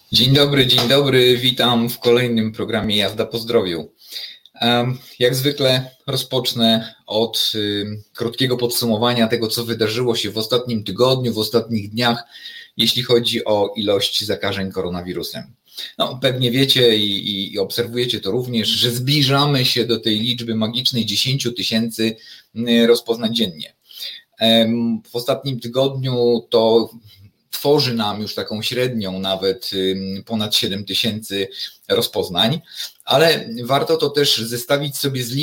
Dzień dobry, witam w kolejnym programie Jazda po zdrowiu. Jak zwykle rozpocznę od krótkiego podsumowania tego, co wydarzyło się w ostatnim tygodniu, w ostatnich dniach, jeśli chodzi o ilość zakażeń koronawirusem. No, pewnie wiecie i obserwujecie to również, że zbliżamy się do tej liczby magicznej 10 000 rozpoznań dziennie. W ostatnim tygodniu to tworzy nam już taką średnią nawet ponad 7 000 rozpoznań, ale warto to też zestawić sobie z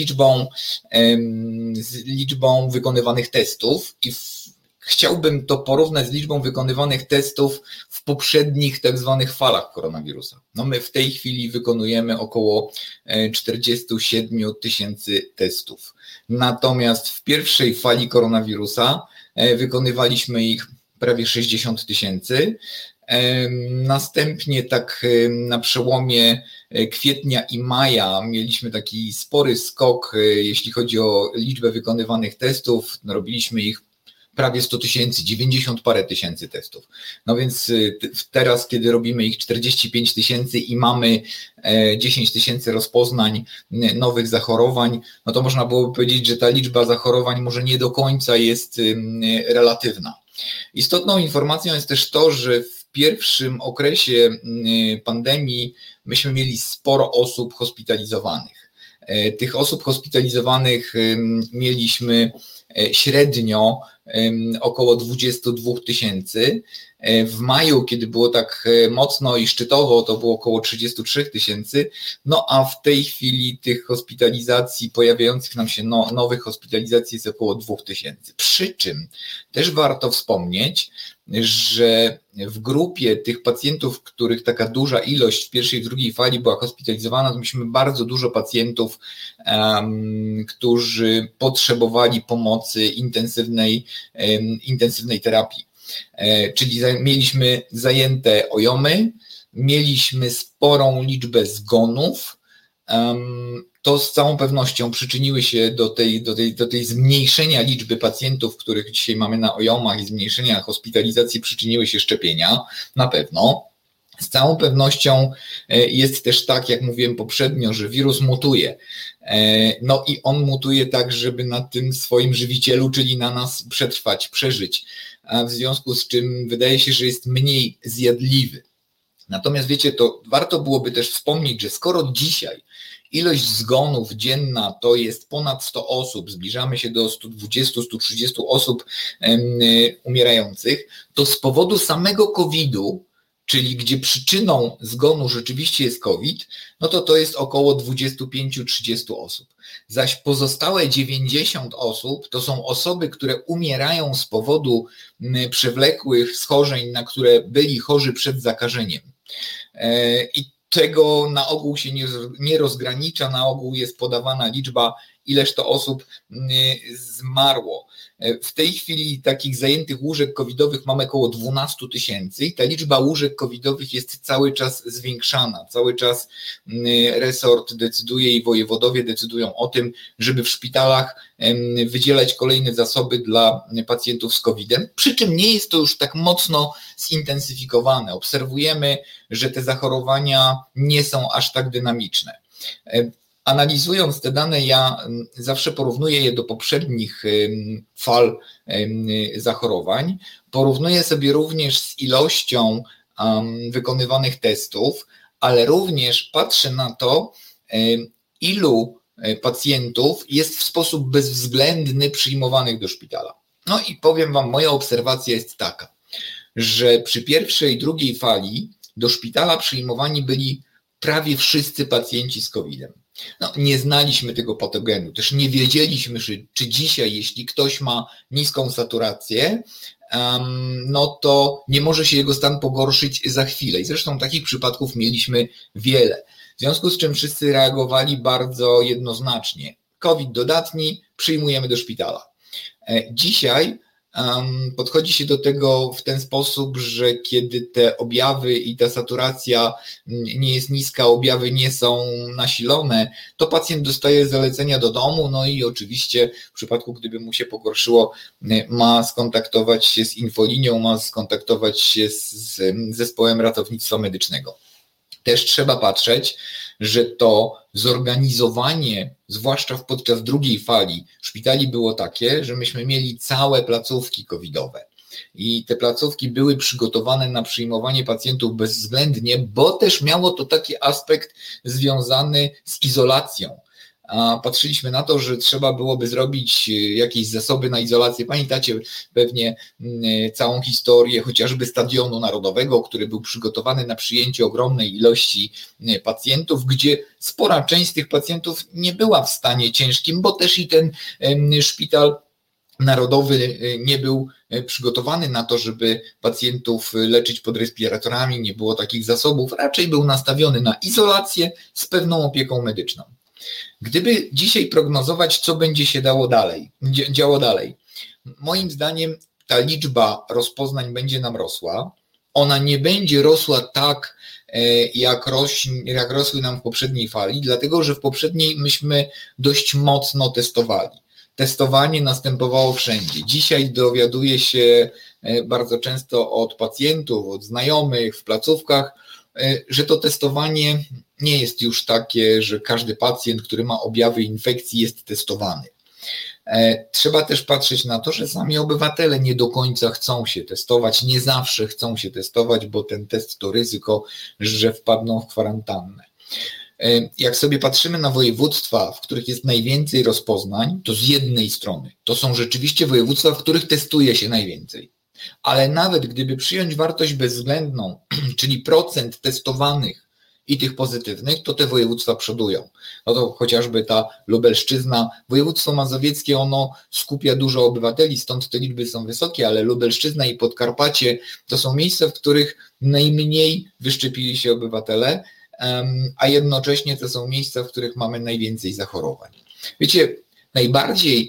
liczbą wykonywanych testów i chciałbym to porównać z liczbą wykonywanych testów w poprzednich tak zwanych falach koronawirusa. No my w tej chwili wykonujemy około 47 000 testów. Natomiast w pierwszej fali koronawirusa wykonywaliśmy ich prawie 60 000. Następnie tak na przełomie kwietnia i maja mieliśmy taki spory skok, jeśli chodzi o liczbę wykonywanych testów. Robiliśmy ich prawie 100 000, 90 parę tysięcy testów. No więc teraz, kiedy robimy ich 45 000 i mamy 10 000 rozpoznań nowych zachorowań, no to można byłoby powiedzieć, że ta liczba zachorowań może nie do końca jest relatywna. Istotną informacją jest też to, że w pierwszym okresie pandemii myśmy mieli sporo osób hospitalizowanych. Tych osób hospitalizowanych mieliśmy średnio około 22 000. W maju, kiedy było tak mocno i szczytowo, to było około 33 000, no a w tej chwili tych hospitalizacji, pojawiających nam się nowych hospitalizacji jest około 2000. Przy czym też warto wspomnieć, że w grupie tych pacjentów, których taka duża ilość w pierwszej i drugiej fali była hospitalizowana, to mieliśmy bardzo dużo pacjentów, którzy potrzebowali pomocy intensywnej terapii. Czyli mieliśmy zajęte OJOM-y, mieliśmy sporą liczbę zgonów. To z całą pewnością przyczyniły się do tej zmniejszenia liczby pacjentów, których dzisiaj mamy na OJOM-ach i zmniejszenia hospitalizacji przyczyniły się szczepienia, na pewno. Z całą pewnością jest też tak, jak mówiłem poprzednio, że wirus mutuje. No i on mutuje tak, żeby na tym swoim żywicielu, czyli na nas przetrwać, przeżyć. A w związku z czym wydaje się, że jest mniej zjadliwy. Natomiast wiecie, to warto byłoby też wspomnieć, że skoro dzisiaj ilość zgonów dzienna to jest ponad 100 osób, zbliżamy się do 120-130 osób umierających, to z powodu samego COVID-u, czyli gdzie przyczyną zgonu rzeczywiście jest COVID, no to jest około 25-30 osób. Zaś pozostałe 90 osób to są osoby, które umierają z powodu przewlekłych schorzeń, na które byli chorzy przed zakażeniem. I tego na ogół się nie rozgranicza, na ogół jest podawana liczba, ileż to osób zmarło. W tej chwili takich zajętych łóżek covidowych mamy około 12 000 i ta liczba łóżek covidowych jest cały czas zwiększana. Cały czas resort decyduje i wojewodowie decydują o tym, żeby w szpitalach wydzielać kolejne zasoby dla pacjentów z COVID-em, przy czym nie jest to już tak mocno zintensyfikowane. Obserwujemy, że te zachorowania nie są aż tak dynamiczne. Analizując te dane, ja zawsze porównuję je do poprzednich fal zachorowań. Porównuję sobie również z ilością wykonywanych testów, ale również patrzę na to, ilu pacjentów jest w sposób bezwzględny przyjmowanych do szpitala. No i powiem Wam, moja obserwacja jest taka, że przy pierwszej i drugiej fali do szpitala przyjmowani byli prawie wszyscy pacjenci z COVID-em. No, nie znaliśmy tego patogenu, też nie wiedzieliśmy, czy dzisiaj, jeśli ktoś ma niską saturację, no to nie może się jego stan pogorszyć za chwilę. I zresztą takich przypadków mieliśmy wiele. W związku z czym wszyscy reagowali bardzo jednoznacznie. COVID dodatni, przyjmujemy do szpitala. Dzisiaj Podchodzi się do tego w ten sposób, że kiedy te objawy i ta saturacja nie jest niska, objawy nie są nasilone, to pacjent dostaje zalecenia do domu, no i oczywiście w przypadku, gdyby mu się pogorszyło, ma skontaktować się z infolinią, ma skontaktować się z zespołem ratownictwa medycznego. Też trzeba patrzeć, że to zorganizowanie, zwłaszcza podczas drugiej fali szpitali było takie, że myśmy mieli całe placówki covidowe i te placówki były przygotowane na przyjmowanie pacjentów bezwzględnie, bo też miało to taki aspekt związany z izolacją. Patrzyliśmy na to, że trzeba byłoby zrobić jakieś zasoby na izolację. Pamiętacie pewnie całą historię chociażby Stadionu Narodowego, który był przygotowany na przyjęcie ogromnej ilości pacjentów, gdzie spora część z tych pacjentów nie była w stanie ciężkim, bo też i ten szpital narodowy nie był przygotowany na to, żeby pacjentów leczyć pod respiratorami, nie było takich zasobów, raczej był nastawiony na izolację z pewną opieką medyczną. Gdyby dzisiaj prognozować, co będzie się działo dalej, moim zdaniem ta liczba rozpoznań będzie nam rosła. Ona nie będzie rosła tak, jak rosły nam w poprzedniej fali, dlatego że w poprzedniej myśmy dość mocno testowali. Testowanie następowało wszędzie. Dzisiaj dowiaduję się bardzo często od pacjentów, od znajomych w placówkach, że to testowanie nie jest już takie, że każdy pacjent, który ma objawy infekcji, jest testowany. Trzeba też patrzeć na to, że sami obywatele nie do końca chcą się testować, nie zawsze chcą się testować, bo ten test to ryzyko, że wpadną w kwarantannę. Jak sobie patrzymy na województwa, w których jest najwięcej rozpoznań, to z jednej strony to są rzeczywiście województwa, w których testuje się najwięcej. Ale nawet gdyby przyjąć wartość bezwzględną, czyli procent testowanych i tych pozytywnych, to te województwa przodują. No to chociażby ta Lubelszczyzna, województwo mazowieckie, ono skupia dużo obywateli, stąd te liczby są wysokie, ale Lubelszczyzna i Podkarpacie to są miejsca, w których najmniej wyszczepili się obywatele, a jednocześnie to są miejsca, w których mamy najwięcej zachorowań. Wiecie, najbardziej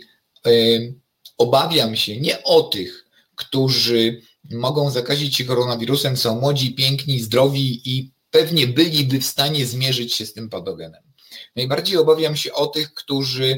obawiam się nie o tych, którzy mogą zakazić się koronawirusem, są młodzi, piękni, zdrowi i pewnie byliby w stanie zmierzyć się z tym patogenem. Najbardziej obawiam się o tych, którzy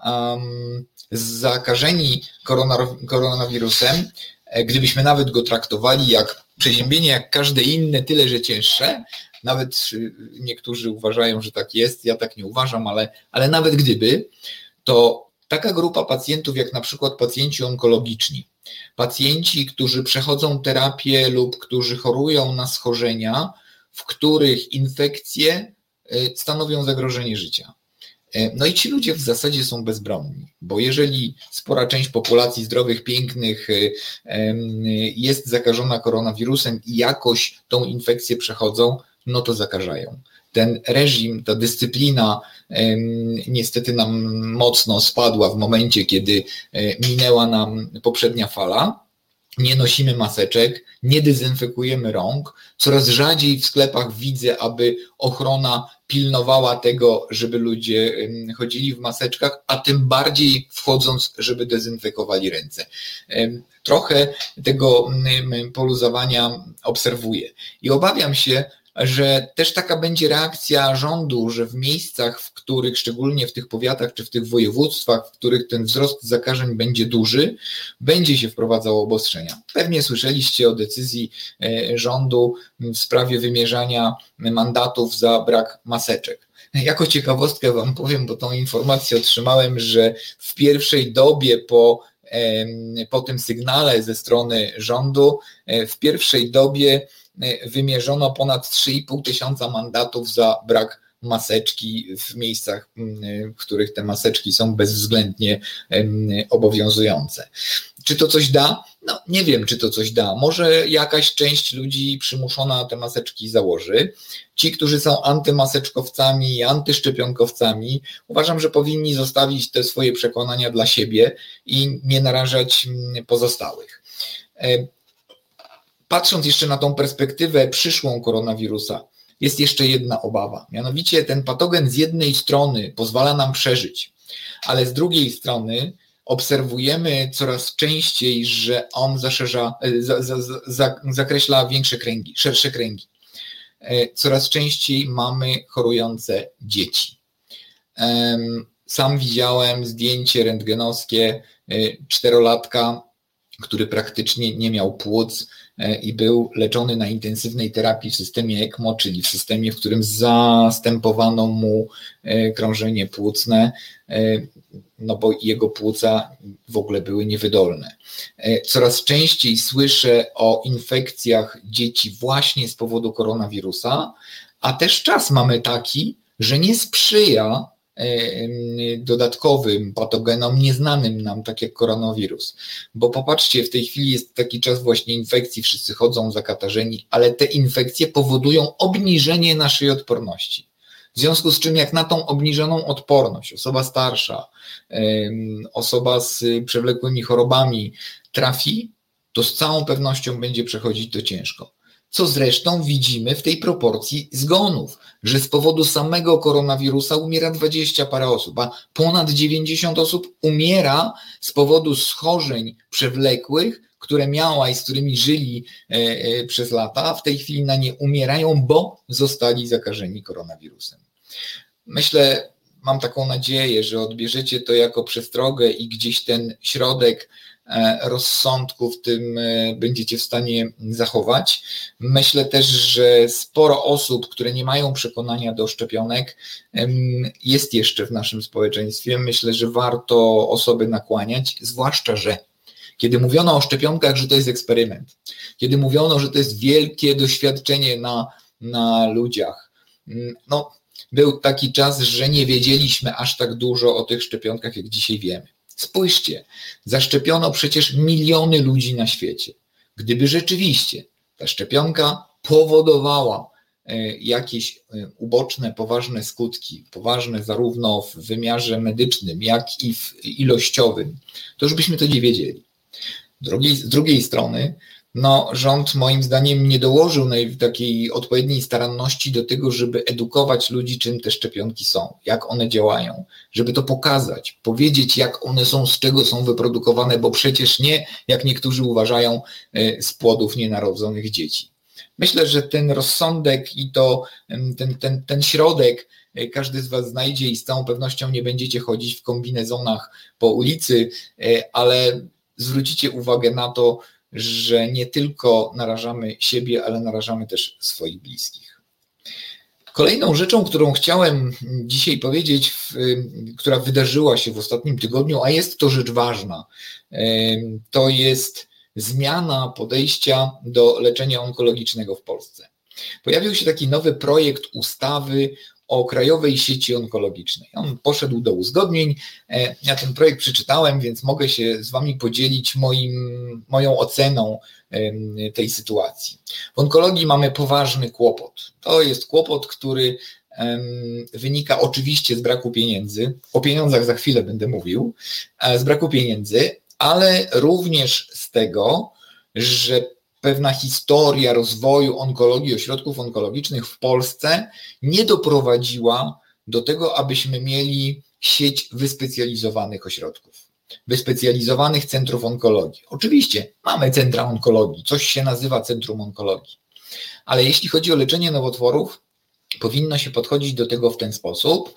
zakażeni koronawirusem, gdybyśmy nawet go traktowali jak przeziębienie, jak każde inne, tyle że cięższe, nawet niektórzy uważają, że tak jest, ja tak nie uważam, ale nawet gdyby, to taka grupa pacjentów jak na przykład pacjenci onkologiczni, pacjenci, którzy przechodzą terapię lub którzy chorują na schorzenia, w których infekcje stanowią zagrożenie życia. No i ci ludzie w zasadzie są bezbronni, bo jeżeli spora część populacji zdrowych, pięknych jest zakażona koronawirusem i jakoś tą infekcję przechodzą, no to zakażają. Ten reżim, ta dyscyplina niestety nam mocno spadła w momencie, kiedy minęła nam poprzednia fala. Nie nosimy maseczek, nie dezynfekujemy rąk. Coraz rzadziej w sklepach widzę, aby ochrona pilnowała tego, żeby ludzie chodzili w maseczkach, a tym bardziej wchodząc, żeby dezynfekowali ręce. Trochę tego poluzowania obserwuję i obawiam się, że też taka będzie reakcja rządu, że w miejscach, w których, szczególnie w tych powiatach czy w tych województwach, w których ten wzrost zakażeń będzie duży, będzie się wprowadzało obostrzenia. Pewnie słyszeliście o decyzji rządu w sprawie wymierzania mandatów za brak maseczek. Jako ciekawostkę wam powiem, bo tą informację otrzymałem, że w pierwszej dobie po tym sygnale ze strony rządu, w pierwszej dobie wymierzono ponad 3,5 tysiąca mandatów za brak maseczki w miejscach, w których te maseczki są bezwzględnie obowiązujące. Czy to coś da? No nie wiem, czy to coś da. Może jakaś część ludzi przymuszona te maseczki założy. Ci, którzy są antymaseczkowcami i antyszczepionkowcami, uważam, że powinni zostawić te swoje przekonania dla siebie i nie narażać pozostałych. Patrząc jeszcze na tą perspektywę przyszłą koronawirusa, jest jeszcze jedna obawa. Mianowicie ten patogen z jednej strony pozwala nam przeżyć, ale z drugiej strony obserwujemy coraz częściej, że on zakreśla większe kręgi, szersze kręgi. Coraz częściej mamy chorujące dzieci. Sam widziałem zdjęcie rentgenowskie 4-latka, który praktycznie nie miał płuc i był leczony na intensywnej terapii w systemie ECMO, czyli w systemie, w którym zastępowano mu krążenie płucne, no bo jego płuca w ogóle były niewydolne. Coraz częściej słyszę o infekcjach dzieci właśnie z powodu koronawirusa, a też czas mamy taki, że nie sprzyja dodatkowym patogenom nieznanym nam, tak jak koronawirus. Bo popatrzcie, w tej chwili jest taki czas właśnie infekcji, wszyscy chodzą zakatarzeni, ale te infekcje powodują obniżenie naszej odporności. W związku z czym jak na tą obniżoną odporność osoba starsza, osoba z przewlekłymi chorobami trafi, to z całą pewnością będzie przechodzić to ciężko. Co zresztą widzimy w tej proporcji zgonów, że z powodu samego koronawirusa umiera 20 parę osób, a ponad 90 osób umiera z powodu schorzeń przewlekłych, które miała i z którymi żyli przez lata, a w tej chwili na nie umierają, bo zostali zakażeni koronawirusem. Myślę, mam taką nadzieję, że odbierzecie to jako przestrogę i gdzieś ten środek rozsądku w tym będziecie w stanie zachować. Myślę też, że sporo osób, które nie mają przekonania do szczepionek, jest jeszcze w naszym społeczeństwie. Myślę, że warto osoby nakłaniać, zwłaszcza, że kiedy mówiono o szczepionkach, że to jest eksperyment, kiedy mówiono, że to jest wielkie doświadczenie na ludziach, no, był taki czas, że nie wiedzieliśmy aż tak dużo o tych szczepionkach, jak dzisiaj wiemy. Spójrzcie, zaszczepiono przecież miliony ludzi na świecie. Gdyby rzeczywiście ta szczepionka powodowała jakieś uboczne, poważne skutki, poważne zarówno w wymiarze medycznym, jak i ilościowym, to już byśmy to nie wiedzieli. Z drugiej strony, no, rząd moim zdaniem nie dołożył takiej odpowiedniej staranności do tego, żeby edukować ludzi, czym te szczepionki są, jak one działają, żeby to pokazać, powiedzieć, jak one są, z czego są wyprodukowane, bo przecież nie, jak niektórzy uważają, z płodów nienarodzonych dzieci. Myślę, że ten rozsądek i ten środek każdy z Was znajdzie i z całą pewnością nie będziecie chodzić w kombinezonach po ulicy, ale zwrócicie uwagę na to, że nie tylko narażamy siebie, ale narażamy też swoich bliskich. Kolejną rzeczą, którą chciałem dzisiaj powiedzieć, która wydarzyła się w ostatnim tygodniu, a jest to rzecz ważna, to jest zmiana podejścia do leczenia onkologicznego w Polsce. Pojawił się taki nowy projekt ustawy o Krajowej Sieci Onkologicznej. On poszedł do uzgodnień. Ja ten projekt przeczytałem, więc mogę się z Wami podzielić moją oceną tej sytuacji. W onkologii mamy poważny kłopot. To jest kłopot, który wynika oczywiście z braku pieniędzy. O pieniądzach za chwilę będę mówił. Z braku pieniędzy, ale również z tego, że pewna historia rozwoju onkologii, ośrodków onkologicznych w Polsce nie doprowadziła do tego, abyśmy mieli sieć wyspecjalizowanych ośrodków, wyspecjalizowanych centrów onkologii. Oczywiście mamy centra onkologii, coś się nazywa centrum onkologii, ale jeśli chodzi o leczenie nowotworów, powinno się podchodzić do tego w ten sposób,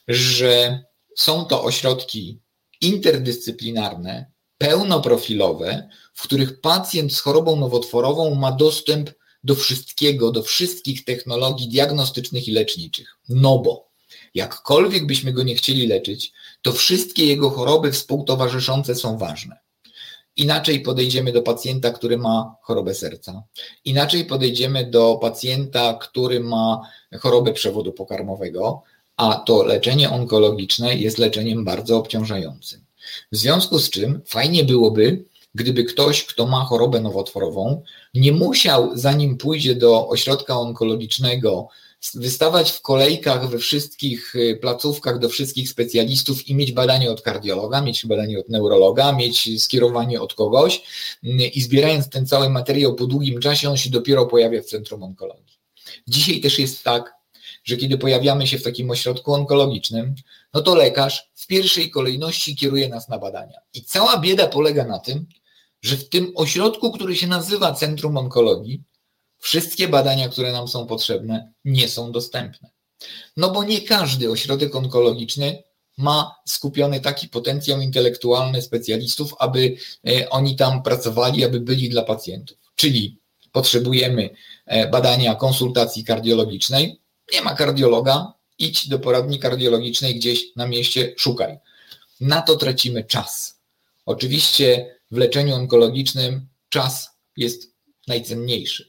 że są to ośrodki interdyscyplinarne, pełnoprofilowe, w których pacjent z chorobą nowotworową ma dostęp do wszystkiego, do wszystkich technologii diagnostycznych i leczniczych. No bo jakkolwiek byśmy go nie chcieli leczyć, to wszystkie jego choroby współtowarzyszące są ważne. Inaczej podejdziemy do pacjenta, który ma chorobę serca. Inaczej podejdziemy do pacjenta, który ma chorobę przewodu pokarmowego, a to leczenie onkologiczne jest leczeniem bardzo obciążającym. W związku z czym fajnie byłoby, gdyby ktoś, kto ma chorobę nowotworową, nie musiał, zanim pójdzie do ośrodka onkologicznego, wystawać w kolejkach we wszystkich placówkach do wszystkich specjalistów i mieć badanie od kardiologa, mieć badanie od neurologa, mieć skierowanie od kogoś i zbierając ten cały materiał po długim czasie, on się dopiero pojawia w centrum onkologii. Dzisiaj też jest tak, że kiedy pojawiamy się w takim ośrodku onkologicznym, no to lekarz w pierwszej kolejności kieruje nas na badania. I cała bieda polega na tym, że w tym ośrodku, który się nazywa Centrum Onkologii, wszystkie badania, które nam są potrzebne, nie są dostępne. No bo nie każdy ośrodek onkologiczny ma skupiony taki potencjał intelektualny specjalistów, aby oni tam pracowali, aby byli dla pacjentów. Czyli potrzebujemy badania konsultacji kardiologicznej, nie ma kardiologa, idź do poradni kardiologicznej gdzieś na mieście, szukaj. Na to tracimy czas. Oczywiście w leczeniu onkologicznym czas jest najcenniejszy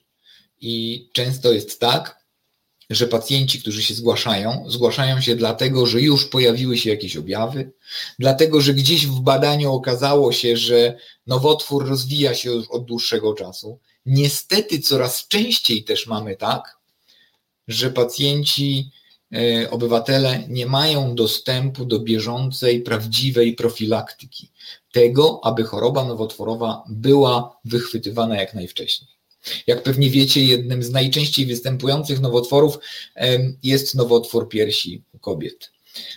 i często jest tak, że pacjenci, którzy się zgłaszają się dlatego, że już pojawiły się jakieś objawy, dlatego, że gdzieś w badaniu okazało się, że nowotwór rozwija się już od dłuższego czasu. Niestety coraz częściej też mamy tak, że pacjenci, obywatele nie mają dostępu do bieżącej, prawdziwej profilaktyki. Tego, aby choroba nowotworowa była wychwytywana jak najwcześniej. Jak pewnie wiecie, jednym z najczęściej występujących nowotworów jest nowotwór piersi u kobiet.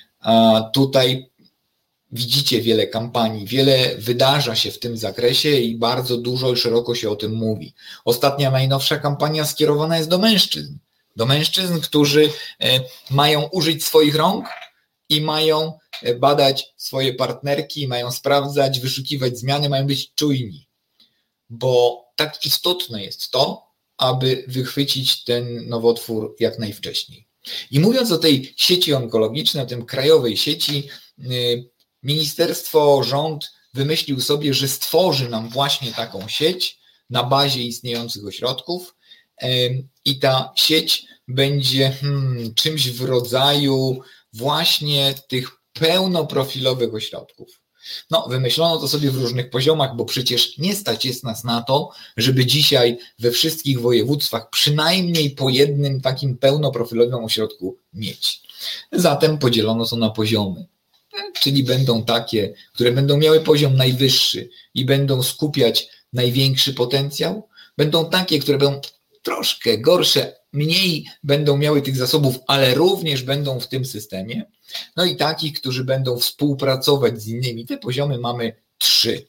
A tutaj widzicie wiele kampanii, wiele wydarza się w tym zakresie i bardzo dużo i szeroko się o tym mówi. Ostatnia, najnowsza kampania skierowana jest do mężczyzn. Do mężczyzn, którzy mają użyć swoich rąk i mają badać swoje partnerki, mają sprawdzać, wyszukiwać zmiany, mają być czujni. Bo tak istotne jest to, aby wychwycić ten nowotwór jak najwcześniej. I mówiąc o tej sieci onkologicznej, o tym krajowej sieci, ministerstwo, rząd wymyślił sobie, że stworzy nam właśnie taką sieć na bazie istniejących ośrodków i ta sieć będzie czymś w rodzaju właśnie tych pełnoprofilowych ośrodków. No, wymyślono to sobie w różnych poziomach, bo przecież nie stać jest nas na to, żeby dzisiaj we wszystkich województwach przynajmniej po jednym takim pełnoprofilowym ośrodku mieć. Zatem podzielono to na poziomy, czyli będą takie, które będą miały poziom najwyższy i będą skupiać największy potencjał, będą takie, które będą troszkę gorsze, mniej będą miały tych zasobów, ale również będą w tym systemie. No i takich, którzy będą współpracować z innymi. Te poziomy mamy 3.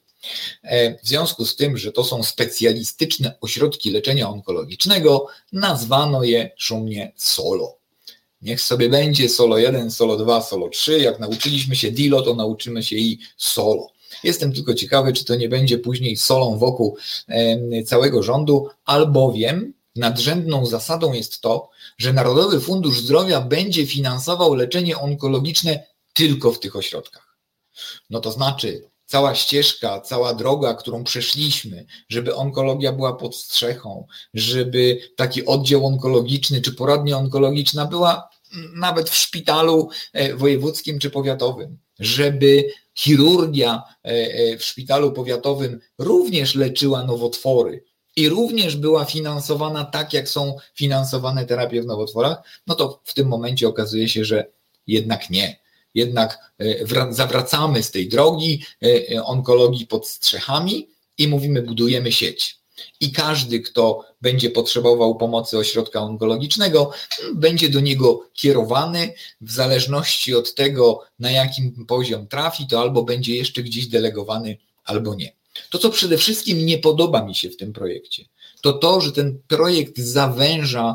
W związku z tym, że to są specjalistyczne ośrodki leczenia onkologicznego, nazwano je szumnie SOLO. Niech sobie będzie SOLO 1, SOLO 2, SOLO 3. Jak nauczyliśmy się DILO, to nauczymy się i SOLO. Jestem tylko ciekawy, czy to nie będzie później solą wokół całego rządu, albowiem nadrzędną zasadą jest to, że Narodowy Fundusz Zdrowia będzie finansował leczenie onkologiczne tylko w tych ośrodkach. No to znaczy cała ścieżka, cała droga, którą przeszliśmy, żeby onkologia była pod strzechą, żeby taki oddział onkologiczny czy poradnia onkologiczna była nawet w szpitalu wojewódzkim czy powiatowym, żeby chirurgia w szpitalu powiatowym również leczyła nowotwory i również była finansowana tak, jak są finansowane terapie w nowotworach, no to w tym momencie okazuje się, że jednak nie. Jednak zawracamy z tej drogi onkologii pod strzechami i mówimy, budujemy sieć. I każdy, kto będzie potrzebował pomocy ośrodka onkologicznego, będzie do niego kierowany w zależności od tego, na jakim poziom trafi, to albo będzie jeszcze gdzieś delegowany, albo nie. To, co przede wszystkim nie podoba mi się w tym projekcie, to, że ten projekt zawęża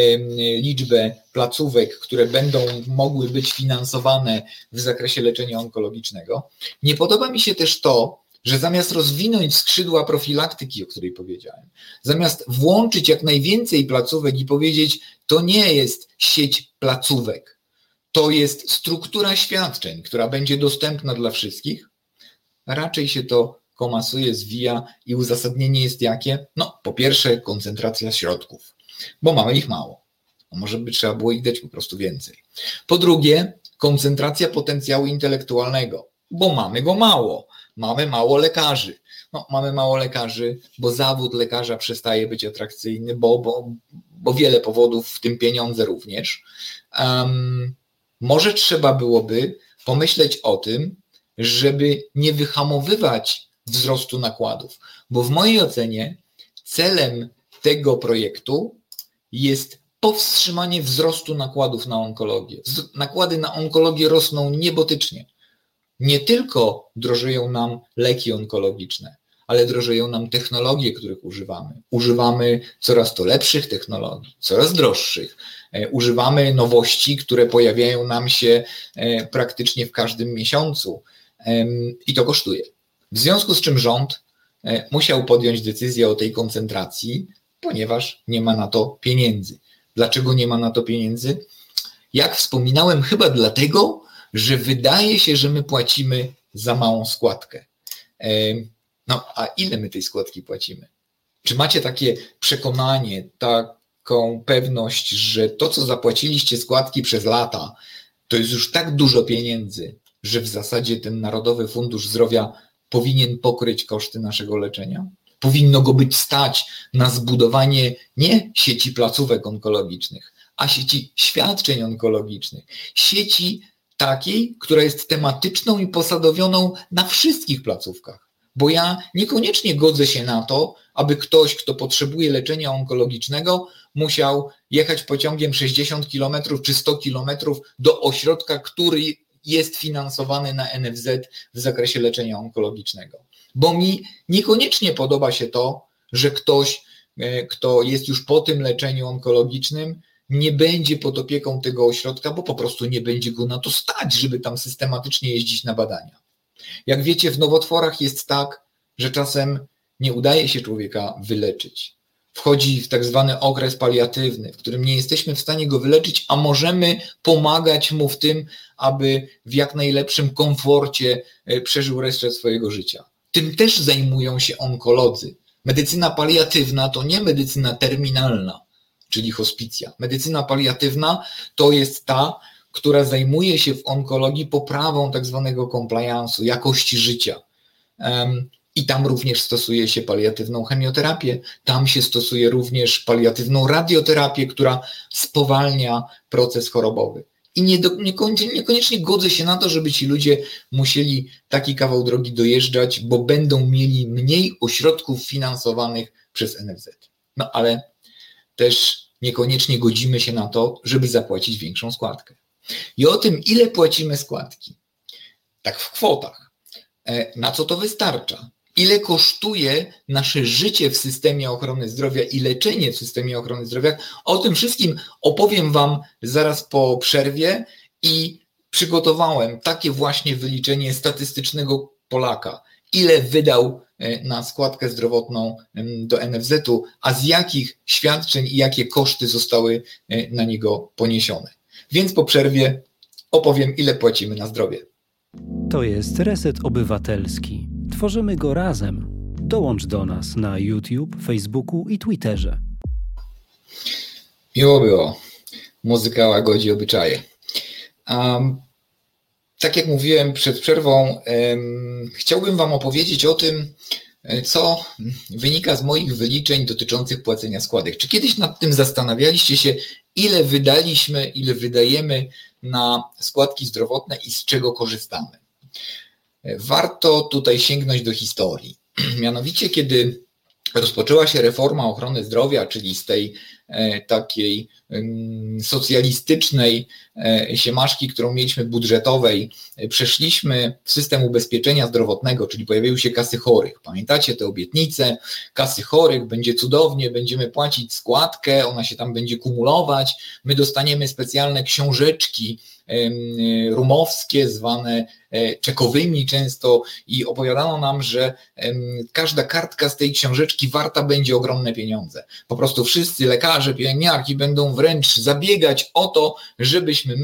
liczbę placówek, które będą mogły być finansowane w zakresie leczenia onkologicznego. Nie podoba mi się też to, że zamiast rozwinąć skrzydła profilaktyki, o której powiedziałem, zamiast włączyć jak najwięcej placówek i powiedzieć, to nie jest sieć placówek, to jest struktura świadczeń, która będzie dostępna dla wszystkich, raczej się to komasuje, zwija i uzasadnienie jest jakie? No, po pierwsze koncentracja środków, bo mamy ich mało. A może by trzeba było ich dać po prostu więcej. Po drugie, koncentracja potencjału intelektualnego, bo mamy go mało. Mamy mało lekarzy. No, mamy mało lekarzy, bo zawód lekarza przestaje być atrakcyjny, bo wiele powodów, w tym pieniądze również. Może trzeba byłoby pomyśleć o tym, żeby nie wyhamowywać wzrostu nakładów, bo w mojej ocenie celem tego projektu jest powstrzymanie wzrostu nakładów na onkologię. Nakłady na onkologię rosną niebotycznie. Nie tylko drożeją nam leki onkologiczne, ale drożeją nam technologie, których używamy. Używamy coraz to lepszych technologii, coraz droższych. Używamy nowości, które pojawiają nam się praktycznie w każdym miesiącu i to kosztuje. W związku z czym rząd musiał podjąć decyzję o tej koncentracji, ponieważ nie ma na to pieniędzy. Dlaczego nie ma na to pieniędzy? Jak wspominałem, chyba dlatego, że wydaje się, że my płacimy za małą składkę. No a ile my tej składki płacimy? Czy macie takie przekonanie, taką pewność, że to, co zapłaciliście składki przez lata, to jest już tak dużo pieniędzy, że w zasadzie ten Narodowy Fundusz Zdrowia powinien pokryć koszty naszego leczenia? Powinno go być stać na zbudowanie nie sieci placówek onkologicznych, a sieci świadczeń onkologicznych. Sieci takiej, która jest tematyczną i posadowioną na wszystkich placówkach. Bo ja niekoniecznie godzę się na to, aby ktoś, kto potrzebuje leczenia onkologicznego, musiał jechać pociągiem 60 km czy 100 km do ośrodka, który jest finansowany na NFZ w zakresie leczenia onkologicznego. Bo mi niekoniecznie podoba się to, że ktoś, kto jest już po tym leczeniu onkologicznym, nie będzie pod opieką tego ośrodka, bo po prostu nie będzie go na to stać, żeby tam systematycznie jeździć na badania. Jak wiecie, w nowotworach jest tak, że czasem nie udaje się człowieka wyleczyć. Wchodzi w tak zwany okres paliatywny, w którym nie jesteśmy w stanie go wyleczyć, a możemy pomagać mu w tym, aby w jak najlepszym komforcie przeżył resztę swojego życia. Tym też zajmują się onkolodzy. Medycyna paliatywna to nie medycyna terminalna, czyli hospicja. Medycyna paliatywna to jest ta, która zajmuje się w onkologii poprawą tak zwanego compliance'u, jakości życia. I tam również stosuje się paliatywną chemioterapię, tam się stosuje również paliatywną radioterapię, która spowalnia proces chorobowy. I niekoniecznie godzę się na to, żeby ci ludzie musieli taki kawał drogi dojeżdżać, bo będą mieli mniej ośrodków finansowanych przez NFZ. No ale też niekoniecznie godzimy się na to, żeby zapłacić większą składkę. I o tym, ile płacimy składki, tak w kwotach, na co to wystarcza, ile kosztuje nasze życie w systemie ochrony zdrowia i leczenie w systemie ochrony zdrowia, o tym wszystkim opowiem Wam zaraz po przerwie i przygotowałem takie właśnie wyliczenie statystycznego Polaka, ile wydał na składkę zdrowotną do NFZ-u, a z jakich świadczeń i jakie koszty zostały na niego poniesione. Więc po przerwie opowiem, ile płacimy na zdrowie. To jest Reset Obywatelski. Tworzymy go razem. Dołącz do nas na YouTube, Facebooku i Twitterze. Miło było. Muzyka łagodzi obyczaje. Tak jak mówiłem przed przerwą, chciałbym Wam opowiedzieć o tym, co wynika z moich wyliczeń dotyczących płacenia składek. Czy kiedyś nad tym zastanawialiście się, ile wydaliśmy, ile wydajemy na składki zdrowotne i z czego korzystamy? Warto tutaj sięgnąć do historii. Mianowicie, kiedy rozpoczęła się reforma ochrony zdrowia, czyli z tej takiej socjalistycznej siemaszki, którą mieliśmy budżetowej, przeszliśmy w system ubezpieczenia zdrowotnego, czyli pojawiły się kasy chorych. Pamiętacie te obietnice? Kasy chorych, będzie cudownie, będziemy płacić składkę, ona się tam będzie kumulować, my dostaniemy specjalne książeczki rumowskie, zwane czekowymi często i opowiadano nam, że każda kartka z tej książeczki warta będzie ogromne pieniądze. Po prostu wszyscy lekarze, pielęgniarki będą wręcz zabiegać o to, żebyśmy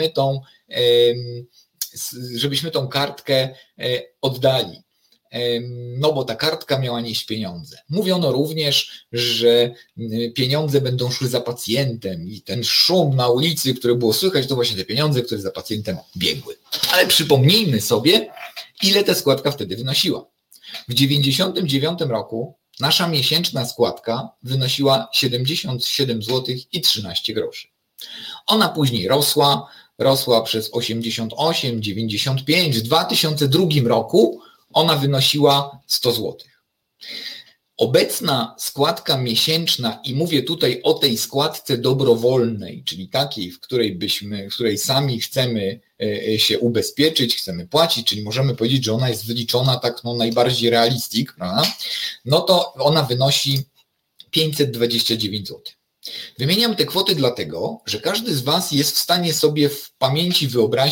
my tą kartkę oddali. No bo ta kartka miała nieść pieniądze. Mówiono również, że pieniądze będą szły za pacjentem i ten szum na ulicy, który było słychać, to właśnie te pieniądze, które za pacjentem biegły. Ale przypomnijmy sobie, ile ta składka wtedy wynosiła. W 1999 roku nasza miesięczna składka wynosiła 77 zł i 13 groszy. Ona później rosła przez 88, 95, w 2002 roku ona wynosiła 100 zł. Obecna składka miesięczna, i mówię tutaj o tej składce dobrowolnej, czyli takiej, w której sami chcemy się ubezpieczyć, chcemy płacić, czyli możemy powiedzieć, że ona jest wyliczona tak najbardziej realistic, prawda? No to ona wynosi 529 zł. Wymieniam te kwoty dlatego, że każdy z Was jest w stanie sobie w pamięci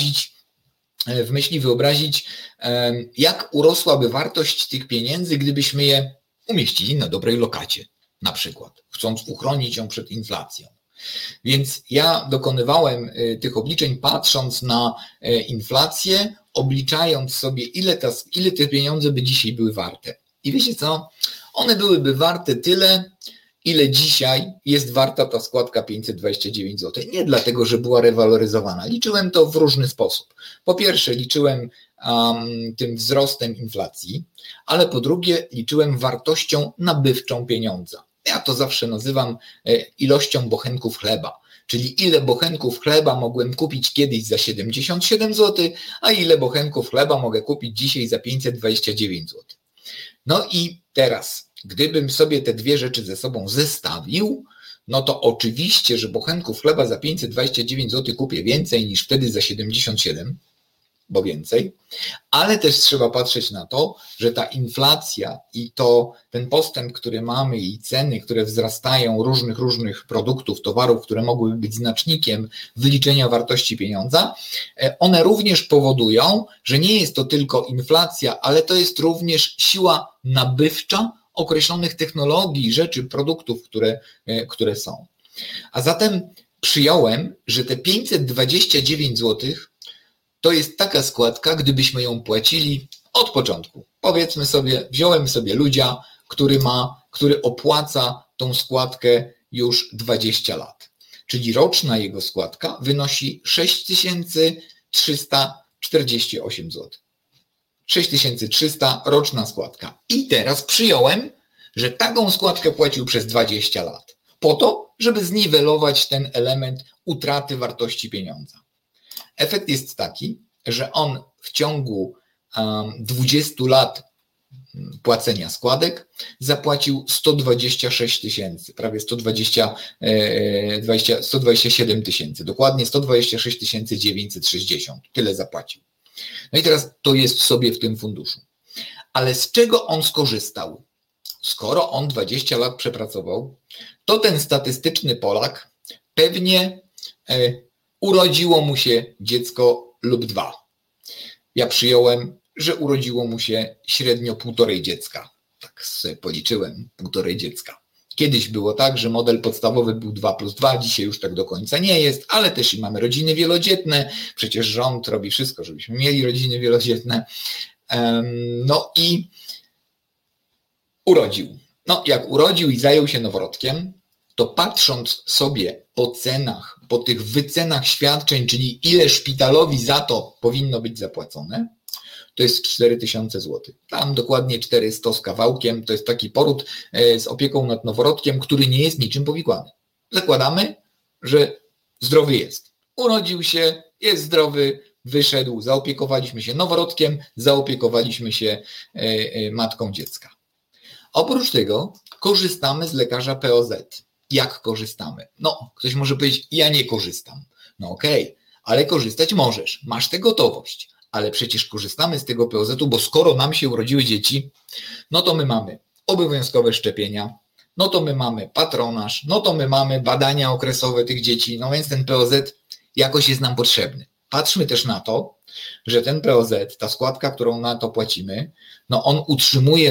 w myśli wyobrazić, jak urosłaby wartość tych pieniędzy, gdybyśmy je umieścili na dobrej lokacie, na przykład, chcąc uchronić ją przed inflacją. Więc ja dokonywałem tych obliczeń patrząc na inflację, obliczając sobie, ile te pieniądze by dzisiaj były warte. I wiecie co? One byłyby warte tyle, ile dzisiaj jest warta ta składka 529 zł. Nie dlatego, że była rewaloryzowana. Liczyłem to w różny sposób. Po pierwsze, liczyłem tym wzrostem inflacji, ale po drugie liczyłem wartością nabywczą pieniądza. Ja to zawsze nazywam ilością bochenków chleba, czyli ile bochenków chleba mogłem kupić kiedyś za 77 zł, a ile bochenków chleba mogę kupić dzisiaj za 529 zł. No i teraz, gdybym sobie te dwie rzeczy ze sobą zestawił, no to oczywiście, że bochenków chleba za 529 zł kupię więcej niż wtedy za 77, bo więcej, ale też trzeba patrzeć na to, że ta inflacja i ten postęp, który mamy i ceny, które wzrastają różnych produktów, towarów, które mogłyby być znacznikiem wyliczenia wartości pieniądza, one również powodują, że nie jest to tylko inflacja, ale to jest również siła nabywcza określonych technologii, rzeczy, produktów, które są. A zatem przyjąłem, że te 529 zł to jest taka składka, gdybyśmy ją płacili od początku. Powiedzmy sobie, wziąłem sobie ludzia, który opłaca tą składkę już 20 lat. Czyli roczna jego składka wynosi 6348 zł. 6300 roczna składka. I teraz przyjąłem, że taką składkę płacił przez 20 lat. Po to, żeby zniwelować ten element utraty wartości pieniądza. Efekt jest taki, że on w ciągu 20 lat płacenia składek zapłacił 126 tysięcy, prawie 127 tysięcy, dokładnie 126 960. Tyle zapłacił. No i teraz to jest sobie w tym funduszu. Ale z czego on skorzystał? Skoro on 20 lat przepracował, to ten statystyczny Polak pewnie urodziło mu się dziecko lub dwa. Ja przyjąłem, że urodziło mu się średnio 1,5 dziecka. Tak sobie policzyłem, 1,5 dziecka. Kiedyś było tak, że model podstawowy był 2+2, dzisiaj już tak do końca nie jest, ale też i mamy rodziny wielodzietne, przecież rząd robi wszystko, żebyśmy mieli rodziny wielodzietne. No i urodził. No jak urodził i zajął się noworodkiem, to patrząc sobie po cenach, po tych wycenach świadczeń, czyli ile szpitalowi za to powinno być zapłacone, to jest 4000 zł. Tam dokładnie 400 z kawałkiem, to jest taki poród z opieką nad noworodkiem, który nie jest niczym powikłany. Zakładamy, że zdrowy jest. Urodził się, jest zdrowy, wyszedł, zaopiekowaliśmy się noworodkiem, zaopiekowaliśmy się matką dziecka. Oprócz tego korzystamy z lekarza POZ. Jak korzystamy? No, ktoś może powiedzieć, ja nie korzystam. No okej, ale korzystać możesz, masz tę gotowość, ale przecież korzystamy z tego POZ-u, bo skoro nam się urodziły dzieci, no to my mamy obowiązkowe szczepienia, no to my mamy patronaż, no to my mamy badania okresowe tych dzieci, no więc ten POZ jakoś jest nam potrzebny. Patrzmy też na to, że ten POZ, ta składka, którą na to płacimy, no on utrzymuje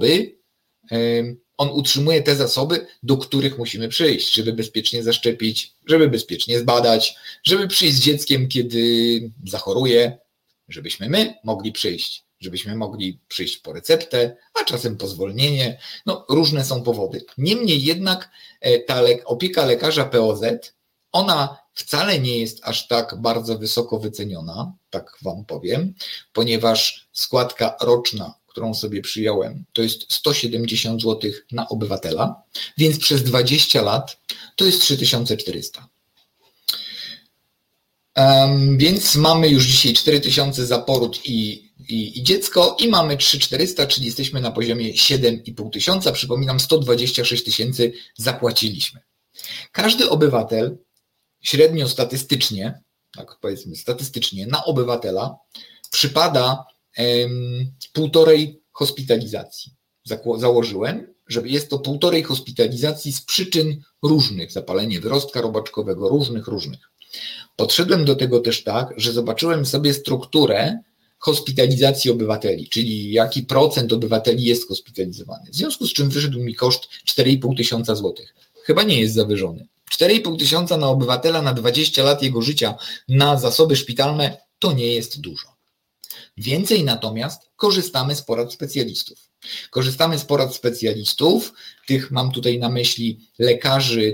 te zasoby, do których musimy przyjść, żeby bezpiecznie zaszczepić, żeby bezpiecznie zbadać, żeby przyjść z dzieckiem, kiedy zachoruje, żebyśmy my mogli przyjść, po receptę, a czasem po zwolnienie. No, różne są powody. Niemniej jednak ta opieka lekarza POZ, ona wcale nie jest aż tak bardzo wysoko wyceniona, tak wam powiem, ponieważ składka roczna, którą sobie przyjąłem, to jest 170 zł na obywatela, więc przez 20 lat to jest 3400. Więc mamy już dzisiaj 4000 za poród i dziecko i mamy 3400, czyli jesteśmy na poziomie 7,5 tysiąca. Przypominam, 126 tysięcy zapłaciliśmy. Każdy obywatel średnio statystycznie, tak powiedzmy statystycznie, na obywatela przypada 1,5 hospitalizacji. Założyłem, że jest to 1,5 hospitalizacji z przyczyn różnych, zapalenie wyrostka robaczkowego, różnych. Podszedłem do tego też tak, że zobaczyłem sobie strukturę hospitalizacji obywateli, czyli jaki procent obywateli jest hospitalizowany. W związku z czym wyszedł mi koszt 4,5 tysiąca złotych. Chyba nie jest zawyżony. 4,5 tysiąca na obywatela na 20 lat jego życia na zasoby szpitalne to nie jest dużo. Więcej natomiast korzystamy z porad specjalistów. Korzystamy z porad specjalistów, tych mam tutaj na myśli lekarzy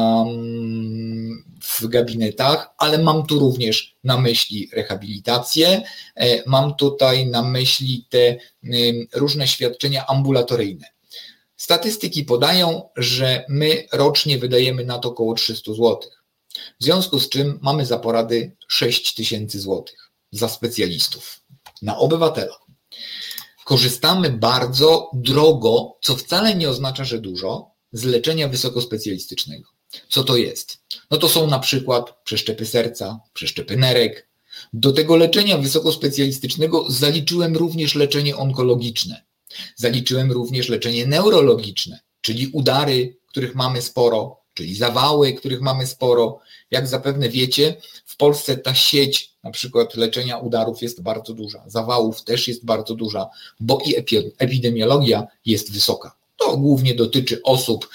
w gabinetach, ale mam tu również na myśli rehabilitację, mam tutaj na myśli te różne świadczenia ambulatoryjne. Statystyki podają, że my rocznie wydajemy na to około 300 zł. W związku z czym mamy za porady 6 tysięcy złotych za specjalistów na obywatela. Korzystamy bardzo drogo, co wcale nie oznacza, że dużo, z leczenia wysokospecjalistycznego. Co to jest? No to są na przykład przeszczepy serca, przeszczepy nerek. Do tego leczenia wysokospecjalistycznego zaliczyłem również leczenie onkologiczne. Zaliczyłem również leczenie neurologiczne, czyli udary, których mamy sporo, czyli zawały, których mamy sporo. Jak zapewne wiecie, w Polsce ta sieć na przykład leczenia udarów jest bardzo duża, zawałów też jest bardzo duża, bo i epidemiologia jest wysoka. To głównie dotyczy osób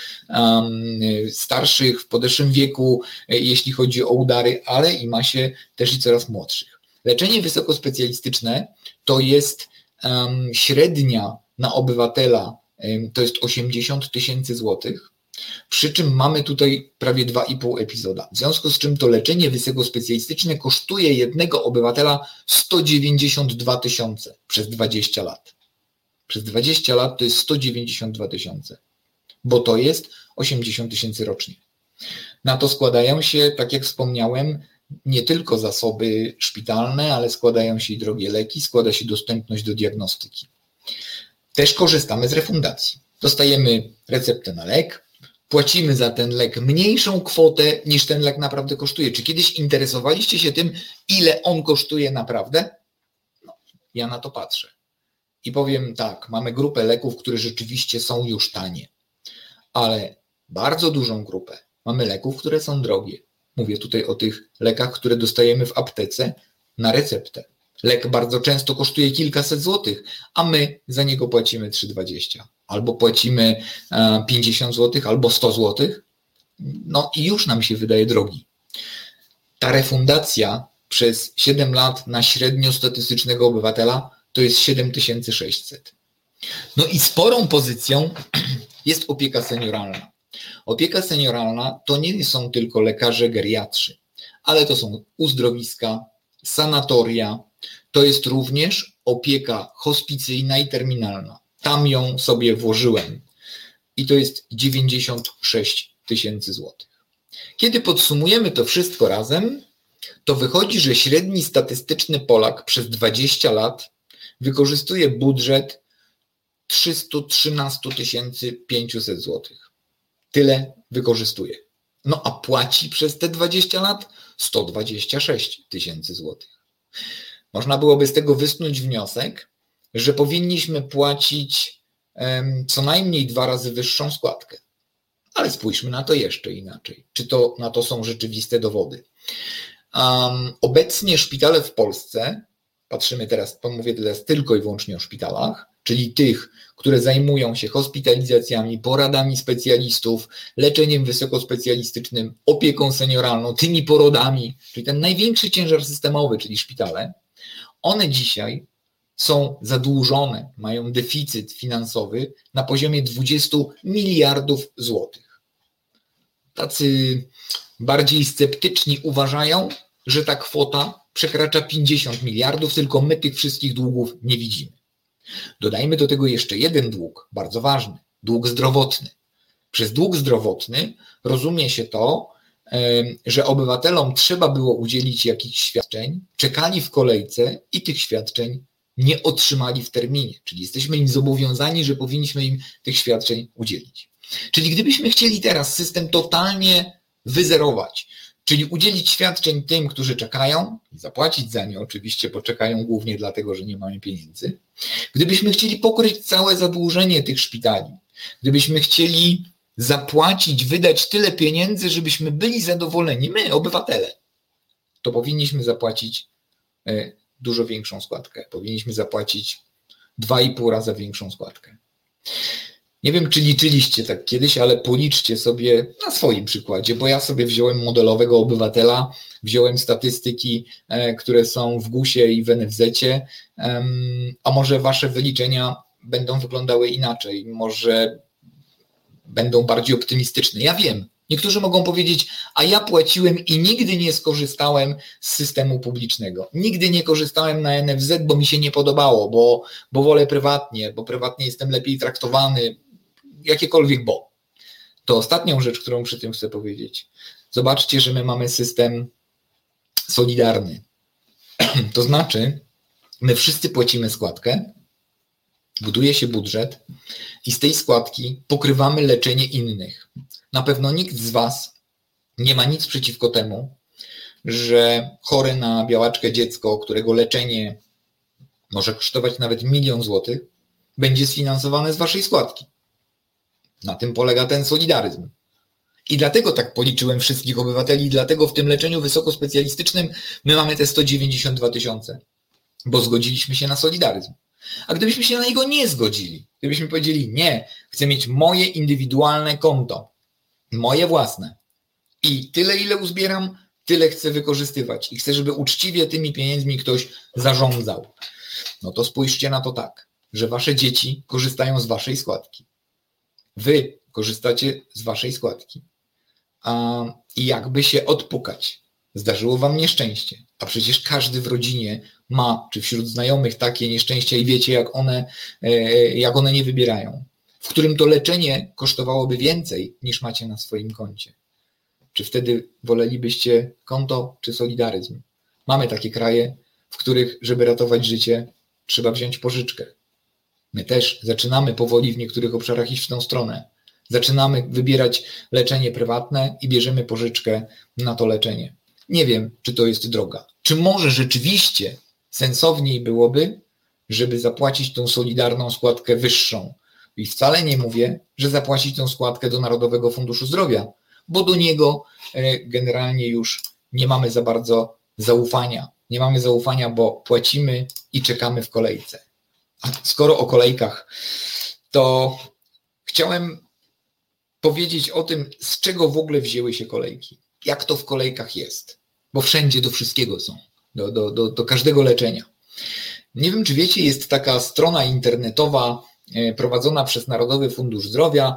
starszych, w podeszłym wieku, jeśli chodzi o udary, ale i ma się też i coraz młodszych. Leczenie wysokospecjalistyczne to jest średnia na obywatela, to jest 80 tysięcy złotych, przy czym mamy tutaj prawie 2,5 epizoda. W związku z czym to leczenie wysokospecjalistyczne kosztuje jednego obywatela 192 tysiące przez 20 lat. Przez 20 lat to jest 192 tysiące, bo to jest 80 tysięcy rocznie. Na to składają się, tak jak wspomniałem, nie tylko zasoby szpitalne, ale składają się i drogie leki, składa się dostępność do diagnostyki. Też korzystamy z refundacji. Dostajemy receptę na lek, płacimy za ten lek mniejszą kwotę niż ten lek naprawdę kosztuje. Czy kiedyś interesowaliście się tym, ile on kosztuje naprawdę? No, ja na to patrzę. I powiem tak, mamy grupę leków, które rzeczywiście są już tanie, ale bardzo dużą grupę mamy leków, które są drogie. Mówię tutaj o tych lekach, które dostajemy w aptece na receptę. Lek bardzo często kosztuje kilkaset złotych, a my za niego płacimy 3,20. Albo płacimy 50 złotych, albo 100 złotych. No i już nam się wydaje drogi. Ta refundacja przez 7 lat na średniostatystycznego obywatela to jest 7600. No i sporą pozycją jest opieka senioralna. Opieka senioralna to nie są tylko lekarze geriatrzy, ale to są uzdrowiska, sanatoria, to jest również opieka hospicyjna i terminalna. Tam ją sobie włożyłem i to jest 96 tysięcy złotych. Kiedy podsumujemy to wszystko razem, to wychodzi, że średni statystyczny Polak przez 20 lat wykorzystuje budżet 313 500 złotych. Tyle wykorzystuje. No a płaci przez te 20 lat 126 tysięcy złotych. Można byłoby z tego wysnuć wniosek, że powinniśmy płacić co najmniej 2 razy wyższą składkę. Ale spójrzmy na to jeszcze inaczej. Czy to na to są rzeczywiste dowody? Obecnie szpitale w Polsce, patrzymy teraz, mówię teraz tylko i wyłącznie o szpitalach, czyli tych, które zajmują się hospitalizacjami, poradami specjalistów, leczeniem wysokospecjalistycznym, opieką senioralną, tymi porodami, czyli ten największy ciężar systemowy, czyli szpitale, one dzisiaj są zadłużone, mają deficyt finansowy na poziomie 20 miliardów złotych. Tacy bardziej sceptyczni uważają, że ta kwota przekracza 50 miliardów, tylko my tych wszystkich długów nie widzimy. Dodajmy do tego jeszcze jeden dług, bardzo ważny, dług zdrowotny. Przez dług zdrowotny rozumie się to, że obywatelom trzeba było udzielić jakichś świadczeń, czekali w kolejce i tych świadczeń nie otrzymali w terminie, czyli jesteśmy im zobowiązani, że powinniśmy im tych świadczeń udzielić. Czyli gdybyśmy chcieli teraz system totalnie wyzerować, czyli udzielić świadczeń tym, którzy czekają i zapłacić za nie oczywiście, bo czekają głównie dlatego, że nie mamy pieniędzy. Gdybyśmy chcieli pokryć całe zadłużenie tych szpitali, gdybyśmy chcieli zapłacić, wydać tyle pieniędzy, żebyśmy byli zadowoleni, my, obywatele, to powinniśmy zapłacić dużo większą składkę. Powinniśmy zapłacić 2,5 razy większą składkę. Nie wiem, czy liczyliście tak kiedyś, ale policzcie sobie na swoim przykładzie, bo ja sobie wziąłem modelowego obywatela, wziąłem statystyki, które są w GUS-ie i w NFZ-cie, a może wasze wyliczenia będą wyglądały inaczej, może będą bardziej optymistyczne. Ja wiem, niektórzy mogą powiedzieć, a ja płaciłem i nigdy nie skorzystałem z systemu publicznego. Nigdy nie korzystałem na NFZ, bo mi się nie podobało, bo wolę prywatnie, bo prywatnie jestem lepiej traktowany, jakiekolwiek bo. To ostatnią rzecz, którą przy tym chcę powiedzieć. Zobaczcie, że my mamy system solidarny. To znaczy, my wszyscy płacimy składkę, buduje się budżet i z tej składki pokrywamy leczenie innych. Na pewno nikt z was nie ma nic przeciwko temu, że chory na białaczkę dziecko, którego leczenie może kosztować nawet 1 000 000 złotych, będzie sfinansowane z waszej składki. Na tym polega ten solidaryzm. I dlatego tak policzyłem wszystkich obywateli, dlatego w tym leczeniu wysokospecjalistycznym my mamy te 192 000, bo zgodziliśmy się na solidaryzm. A gdybyśmy się na niego nie zgodzili, gdybyśmy powiedzieli nie, chcę mieć moje indywidualne konto, moje własne i tyle ile uzbieram, tyle chcę wykorzystywać i chcę, żeby uczciwie tymi pieniędzmi ktoś zarządzał, no to spójrzcie na to tak, że wasze dzieci korzystają z waszej składki. Wy korzystacie z waszej składki. I jakby się odpukać, zdarzyło wam nieszczęście, a przecież każdy w rodzinie ma, czy wśród znajomych takie nieszczęścia i wiecie, jak one nie wybierają, w którym to leczenie kosztowałoby więcej niż macie na swoim koncie. Czy wtedy wolelibyście konto czy solidaryzm? Mamy takie kraje, w których, żeby ratować życie, trzeba wziąć pożyczkę. My też zaczynamy powoli w niektórych obszarach iść w tą stronę. Zaczynamy wybierać leczenie prywatne i bierzemy pożyczkę na to leczenie. Nie wiem, czy to jest droga. Czy może rzeczywiście sensowniej byłoby, żeby zapłacić tą solidarną składkę wyższą? I wcale nie mówię, że zapłacić tą składkę do Narodowego Funduszu Zdrowia, bo do niego generalnie już nie mamy za bardzo zaufania. Nie mamy zaufania, bo płacimy i czekamy w kolejce. A skoro o kolejkach, to chciałem powiedzieć o tym, z czego w ogóle wzięły się kolejki. Jak to w kolejkach jest. Bo wszędzie do wszystkiego są. Do każdego leczenia. Nie wiem, czy wiecie, jest taka strona internetowa prowadzona przez Narodowy Fundusz Zdrowia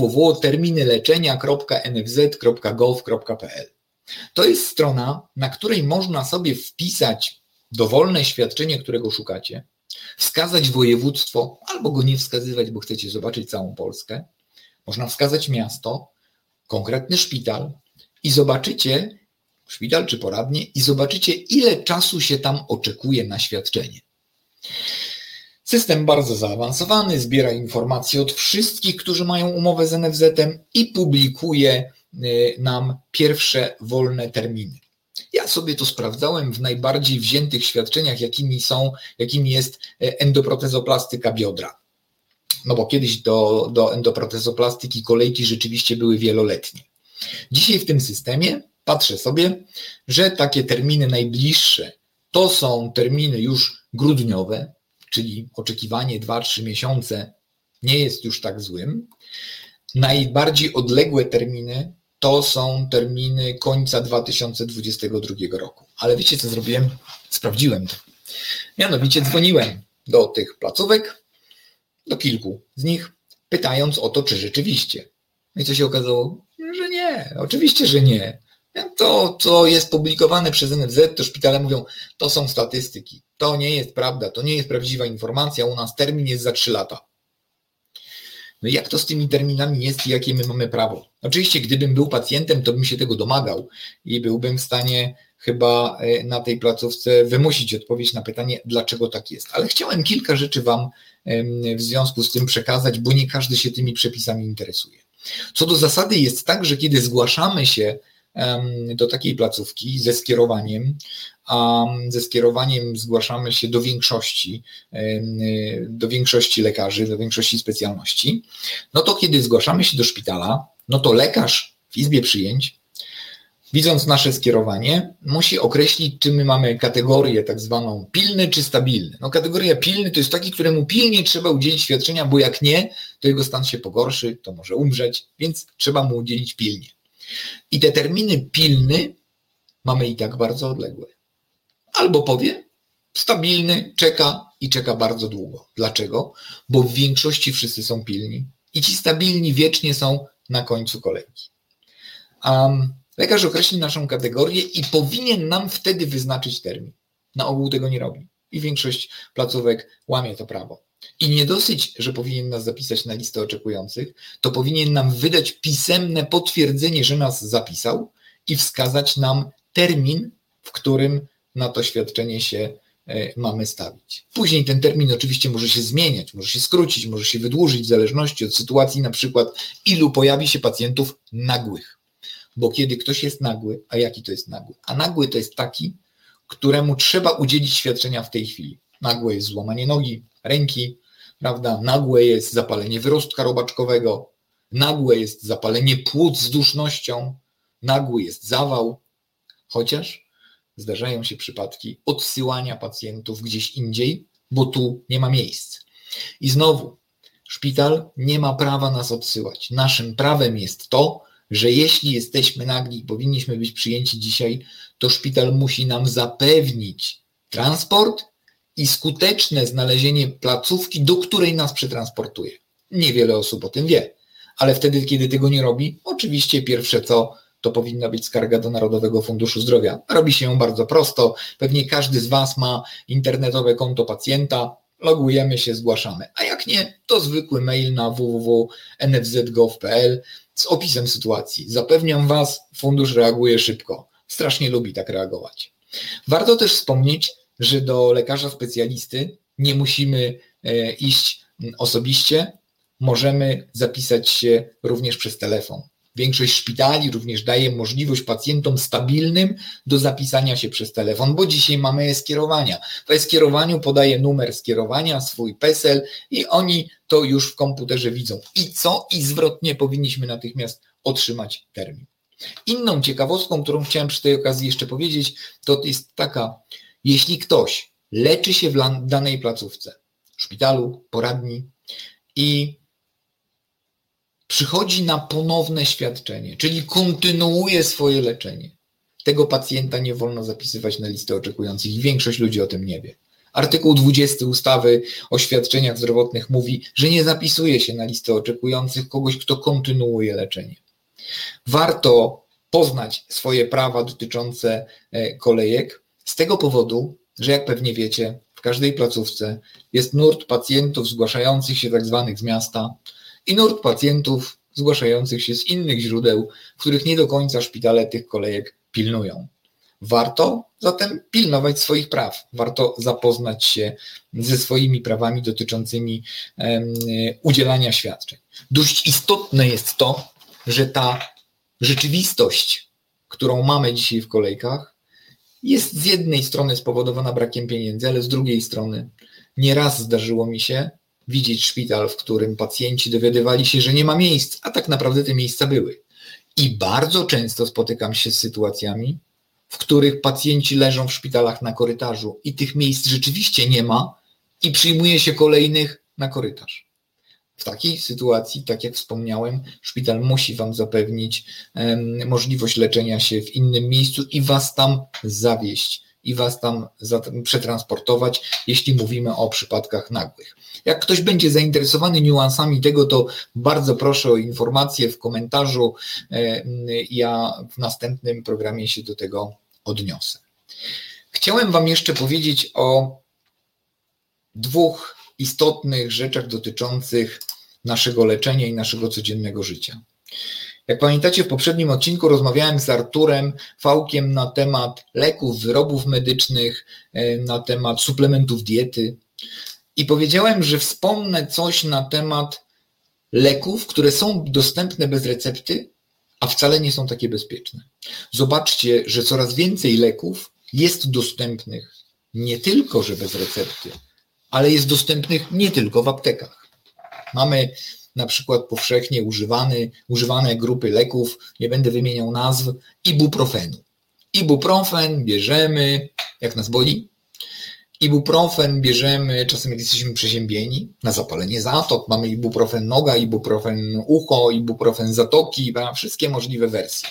www.terminyleczenia.nfz.gov.pl. To jest strona, na której można sobie wpisać dowolne świadczenie, którego szukacie, wskazać województwo, albo go nie wskazywać, bo chcecie zobaczyć całą Polskę. Można wskazać miasto, konkretny szpital i zobaczycie, szpital czy poradnie, i zobaczycie, ile czasu się tam oczekuje na świadczenie. System bardzo zaawansowany, zbiera informacje od wszystkich, którzy mają umowę z NFZ-em i publikuje nam pierwsze wolne terminy. Ja sobie to sprawdzałem w najbardziej wziętych świadczeniach, jakimi jest endoprotezoplastyka biodra. No bo kiedyś do endoprotezoplastyki kolejki rzeczywiście były wieloletnie. Dzisiaj w tym systemie patrzę sobie, że takie terminy najbliższe to są terminy już grudniowe, czyli oczekiwanie 2-3 miesiące nie jest już tak złym. Najbardziej odległe terminy to są terminy końca 2022 roku. Ale wiecie, co zrobiłem? Sprawdziłem to. Mianowicie dzwoniłem do tych placówek, do kilku z nich, pytając o to, czy rzeczywiście. I co się okazało? Że nie, oczywiście, że nie. To, co jest publikowane przez NFZ, to szpitale mówią, to są statystyki. To nie jest prawda, to nie jest prawdziwa informacja, u nas termin jest za 3 lata. No i jak to z tymi terminami jest i jakie my mamy prawo? Oczywiście, gdybym był pacjentem, to bym się tego domagał i byłbym w stanie chyba na tej placówce wymusić odpowiedź na pytanie, dlaczego tak jest. Ale chciałem kilka rzeczy Wam w związku z tym przekazać, bo nie każdy się tymi przepisami interesuje. Co do zasady jest tak, że kiedy zgłaszamy się do takiej placówki ze skierowaniem zgłaszamy się do większości lekarzy, do większości specjalności, no to kiedy zgłaszamy się do szpitala, no to lekarz w izbie przyjęć, widząc nasze skierowanie, musi określić, czy my mamy kategorię tak zwaną pilny czy stabilny. No kategoria pilny to jest taki, któremu pilnie trzeba udzielić świadczenia, bo jak nie, to jego stan się pogorszy, to może umrzeć, więc trzeba mu udzielić pilnie. I te terminy pilny mamy i tak bardzo odległe. Albo powie, stabilny czeka i czeka bardzo długo. Dlaczego? Bo w większości wszyscy są pilni i ci stabilni wiecznie są na końcu kolejki. Lekarz określi naszą kategorię i powinien nam wtedy wyznaczyć termin. Na ogół tego nie robi i większość placówek łamie to prawo. I nie dosyć, że powinien nas zapisać na listę oczekujących, to powinien nam wydać pisemne potwierdzenie, że nas zapisał i wskazać nam termin, w którym na to świadczenie się mamy stawić. Później ten termin oczywiście może się zmieniać, może się skrócić, może się wydłużyć w zależności od sytuacji, na przykład ilu pojawi się pacjentów nagłych. Bo kiedy ktoś jest nagły, a jaki to jest nagły? A nagły to jest taki, któremu trzeba udzielić świadczenia w tej chwili. Nagłe jest złamanie nogi, ręki, prawda? Nagłe jest zapalenie wyrostka robaczkowego, nagłe jest zapalenie płuc z dusznością, nagły jest zawał, chociaż zdarzają się przypadki odsyłania pacjentów gdzieś indziej, bo tu nie ma miejsc. I znowu, szpital nie ma prawa nas odsyłać. Naszym prawem jest to, że jeśli jesteśmy nagli i powinniśmy być przyjęci dzisiaj, to szpital musi nam zapewnić transport i skuteczne znalezienie placówki, do której nas przetransportuje. Niewiele osób o tym wie, ale wtedy, kiedy tego nie robi, oczywiście pierwsze co, to powinna być skarga do Narodowego Funduszu Zdrowia. Robi się ją bardzo prosto, pewnie każdy z Was ma internetowe konto pacjenta, logujemy się, zgłaszamy, a jak nie, to zwykły mail na www.nfz.gov.pl z opisem sytuacji. Zapewniam Was, fundusz reaguje szybko, strasznie lubi tak reagować. Warto też wspomnieć, że do lekarza specjalisty nie musimy iść osobiście, możemy zapisać się również przez telefon. Większość szpitali również daje możliwość pacjentom stabilnym do zapisania się przez telefon, bo dzisiaj mamy e-skierowania. W e-skierowaniu podaje numer skierowania, swój PESEL i oni to już w komputerze widzą. I co? I zwrotnie powinniśmy natychmiast otrzymać termin. Inną ciekawostką, którą chciałem przy tej okazji jeszcze powiedzieć, to jest taka, jeśli ktoś leczy się w danej placówce, szpitalu, poradni i przychodzi na ponowne świadczenie, czyli kontynuuje swoje leczenie, tego pacjenta nie wolno zapisywać na listę oczekujących i większość ludzi o tym nie wie. Artykuł 20 ustawy o świadczeniach zdrowotnych mówi, że nie zapisuje się na listę oczekujących kogoś, kto kontynuuje leczenie. Warto poznać swoje prawa dotyczące kolejek z tego powodu, że jak pewnie wiecie, w każdej placówce jest nurt pacjentów zgłaszających się tak zwanych z miasta i nurt pacjentów zgłaszających się z innych źródeł, w których nie do końca szpitale tych kolejek pilnują. Warto zatem pilnować swoich praw, warto zapoznać się ze swoimi prawami dotyczącymi udzielania świadczeń. Dość istotne jest to, że ta rzeczywistość, którą mamy dzisiaj w kolejkach, jest z jednej strony spowodowana brakiem pieniędzy, ale z drugiej strony nieraz zdarzyło mi się widzieć szpital, w którym pacjenci dowiadywali się, że nie ma miejsc, a tak naprawdę te miejsca były. I bardzo często spotykam się z sytuacjami, w których pacjenci leżą w szpitalach na korytarzu i tych miejsc rzeczywiście nie ma i przyjmuje się kolejnych na korytarz. W takiej sytuacji, tak jak wspomniałem, szpital musi Wam zapewnić możliwość leczenia się w innym miejscu i Was tam zawieźć i Was tam przetransportować, jeśli mówimy o przypadkach nagłych. Jak ktoś będzie zainteresowany niuansami tego, to bardzo proszę o informację w komentarzu. Ja w następnym programie się do tego odniosę. Chciałem Wam jeszcze powiedzieć o dwóch istotnych rzeczach dotyczących naszego leczenia i naszego codziennego życia. Jak pamiętacie, w poprzednim odcinku rozmawiałem z Arturem Fałkiem na temat leków, wyrobów medycznych, na temat suplementów diety i powiedziałem, że wspomnę coś na temat leków, które są dostępne bez recepty, a wcale nie są takie bezpieczne. Zobaczcie, że coraz więcej leków jest dostępnych nie tylko, że bez recepty, ale jest dostępnych nie tylko w aptekach. Mamy na przykład powszechnie używane grupy leków, nie będę wymieniał nazw, ibuprofenu. Ibuprofen bierzemy, jak nas boli. Ibuprofen bierzemy czasem, jak jesteśmy przeziębieni, na zapalenie zatok. Mamy ibuprofen noga, ibuprofen ucho, ibuprofen zatoki, wszystkie możliwe wersje.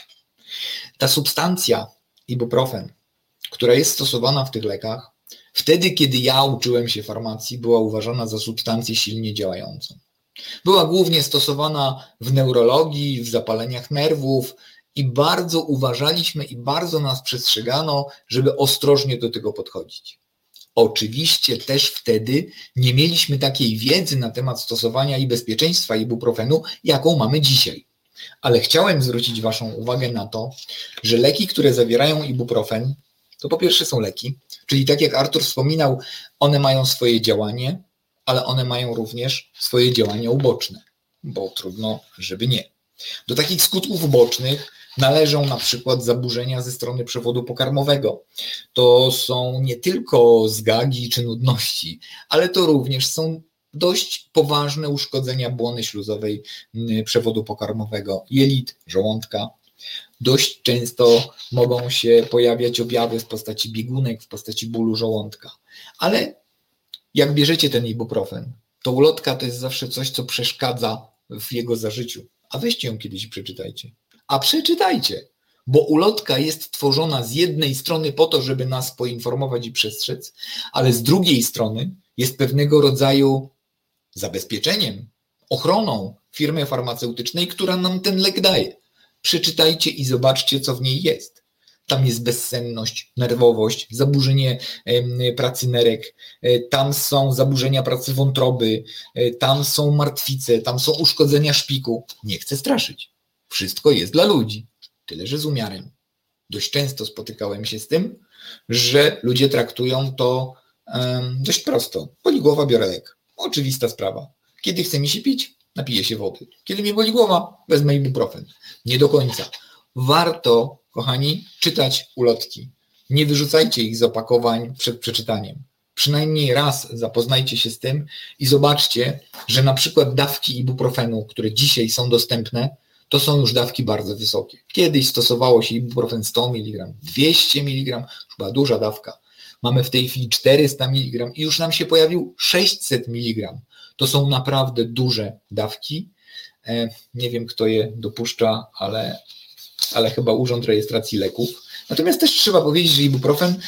Ta substancja, ibuprofen, która jest stosowana w tych lekach, wtedy, kiedy ja uczyłem się farmacji, była uważana za substancję silnie działającą. Była głównie stosowana w neurologii, w zapaleniach nerwów i bardzo uważaliśmy i bardzo nas przestrzegano, żeby ostrożnie do tego podchodzić. Oczywiście też wtedy nie mieliśmy takiej wiedzy na temat stosowania i bezpieczeństwa ibuprofenu, jaką mamy dzisiaj. Ale chciałem zwrócić Waszą uwagę na to, że leki, które zawierają ibuprofen, to po pierwsze są leki, czyli tak jak Artur wspominał, one mają swoje działanie, ale one mają również swoje działania uboczne, bo trudno, żeby nie. Do takich skutków ubocznych należą na przykład zaburzenia ze strony przewodu pokarmowego. To są nie tylko zgagi czy nudności, ale to również są dość poważne uszkodzenia błony śluzowej przewodu pokarmowego, jelit, żołądka. Dość często mogą się pojawiać objawy w postaci biegunek, w postaci bólu żołądka. Ale jak bierzecie ten ibuprofen, to ulotka to jest zawsze coś, co przeszkadza w jego zażyciu. A weźcie ją kiedyś i przeczytajcie. A przeczytajcie, bo ulotka jest tworzona z jednej strony po to, żeby nas poinformować i przestrzec, ale z drugiej strony jest pewnego rodzaju zabezpieczeniem, ochroną firmy farmaceutycznej, która nam ten lek daje. Przeczytajcie i zobaczcie, co w niej jest. Tam jest bezsenność, nerwowość, zaburzenie pracy nerek, tam są zaburzenia pracy wątroby, tam są martwice, tam są uszkodzenia szpiku. Nie chcę straszyć. Wszystko jest dla ludzi, tyle że z umiarem. Dość często spotykałem się z tym, że ludzie traktują to dość prosto. Boli głowa, biorę lek. Oczywista sprawa. Kiedy chce mi się pić, napiję się wody. Kiedy mnie boli głowa, wezmę ibuprofen. Nie do końca. Warto, kochani, czytać ulotki. Nie wyrzucajcie ich z opakowań przed przeczytaniem. Przynajmniej raz zapoznajcie się z tym i zobaczcie, że na przykład dawki ibuprofenu, które dzisiaj są dostępne, to są już dawki bardzo wysokie. Kiedyś stosowało się ibuprofen 100 mg, 200 mg, już była duża dawka. Mamy w tej chwili 400 mg i już nam się pojawił 600 mg. To są naprawdę duże dawki. Nie wiem, kto je dopuszcza, ale chyba Urząd Rejestracji Leków. Natomiast też trzeba powiedzieć, że ibuprofen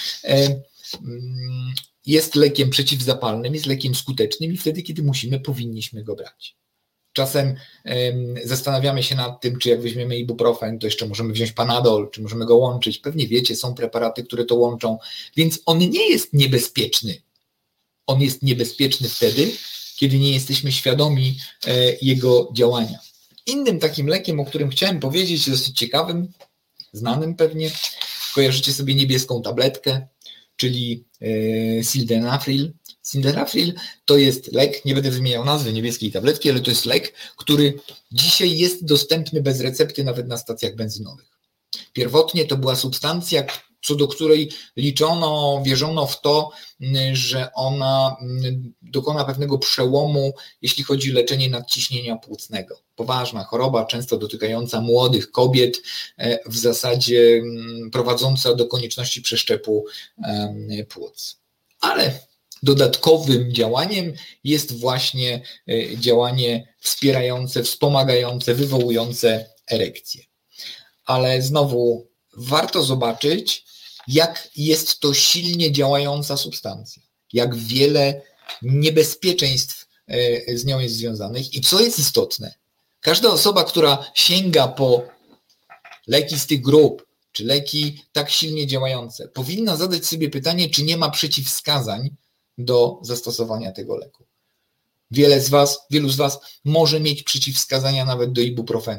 jest lekiem przeciwzapalnym, jest lekiem skutecznym i wtedy, kiedy powinniśmy go brać. Czasem zastanawiamy się nad tym, czy jak weźmiemy ibuprofen, to jeszcze możemy wziąć Panadol, czy możemy go łączyć. Pewnie wiecie, są preparaty, które to łączą, więc on nie jest niebezpieczny. On jest niebezpieczny wtedy, kiedy nie jesteśmy świadomi jego działania. Innym takim lekiem, o którym chciałem powiedzieć, dosyć ciekawym, znanym pewnie, kojarzycie sobie niebieską tabletkę, czyli sildenafil. Sildenafil to jest lek, nie będę wymieniał nazwy niebieskiej tabletki, ale to jest lek, który dzisiaj jest dostępny bez recepty nawet na stacjach benzynowych. Pierwotnie to była substancja, co do której wierzono w to, że ona dokona pewnego przełomu, jeśli chodzi o leczenie nadciśnienia płucnego. Poważna choroba, często dotykająca młodych kobiet, w zasadzie prowadząca do konieczności przeszczepu płuc. Ale dodatkowym działaniem jest właśnie działanie wspierające, wspomagające, wywołujące erekcję. Ale znowu warto zobaczyć, jak jest to silnie działająca substancja, jak wiele niebezpieczeństw z nią jest związanych i co jest istotne, każda osoba, która sięga po leki z tych grup, czy leki tak silnie działające, powinna zadać sobie pytanie, czy nie ma przeciwwskazań do zastosowania tego leku. Wielu z Was może mieć przeciwwskazania nawet do ibuprofenu.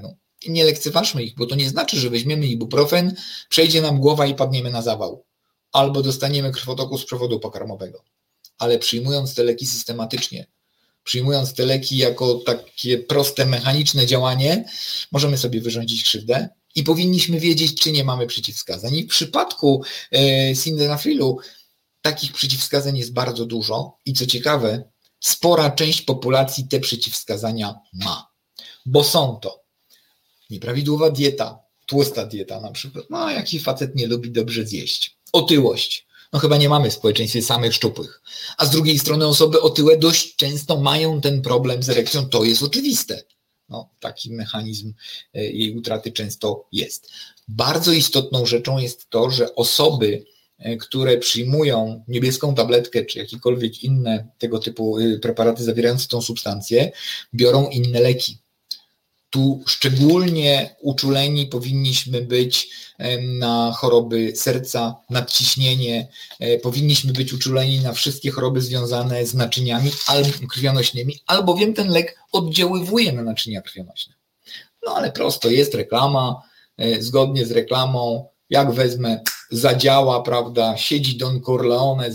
nie lekceważmy ich, bo to nie znaczy, że weźmiemy ibuprofen, przejdzie nam głowa i padniemy na zawał. Albo dostaniemy krwotoku z przewodu pokarmowego. Ale przyjmując te leki systematycznie, przyjmując te leki jako takie proste, mechaniczne działanie, możemy sobie wyrządzić krzywdę i powinniśmy wiedzieć, czy nie mamy przeciwwskazań. I w przypadku sildenafilu takich przeciwwskazań jest bardzo dużo i co ciekawe, spora część populacji te przeciwwskazania ma. Bo są to nieprawidłowa dieta, tłusta dieta na przykład, no jaki facet nie lubi dobrze zjeść, otyłość, no chyba nie mamy w społeczeństwie samych szczupłych, a z drugiej strony osoby otyłe dość często mają ten problem z erekcją, to jest oczywiste. No, taki mechanizm jej utraty często jest. Bardzo istotną rzeczą jest to, że osoby, które przyjmują niebieską tabletkę czy jakiekolwiek inne tego typu preparaty zawierające tą substancję, biorą inne leki. Tu szczególnie uczuleni powinniśmy być na choroby serca, nadciśnienie, powinniśmy być uczuleni na wszystkie choroby związane z naczyniami krwionośnymi, albowiem ten lek oddziaływuje na naczynia krwionośne. No ale prosto, jest reklama, zgodnie z reklamą, jak wezmę, zadziała, prawda, siedzi Don Corleone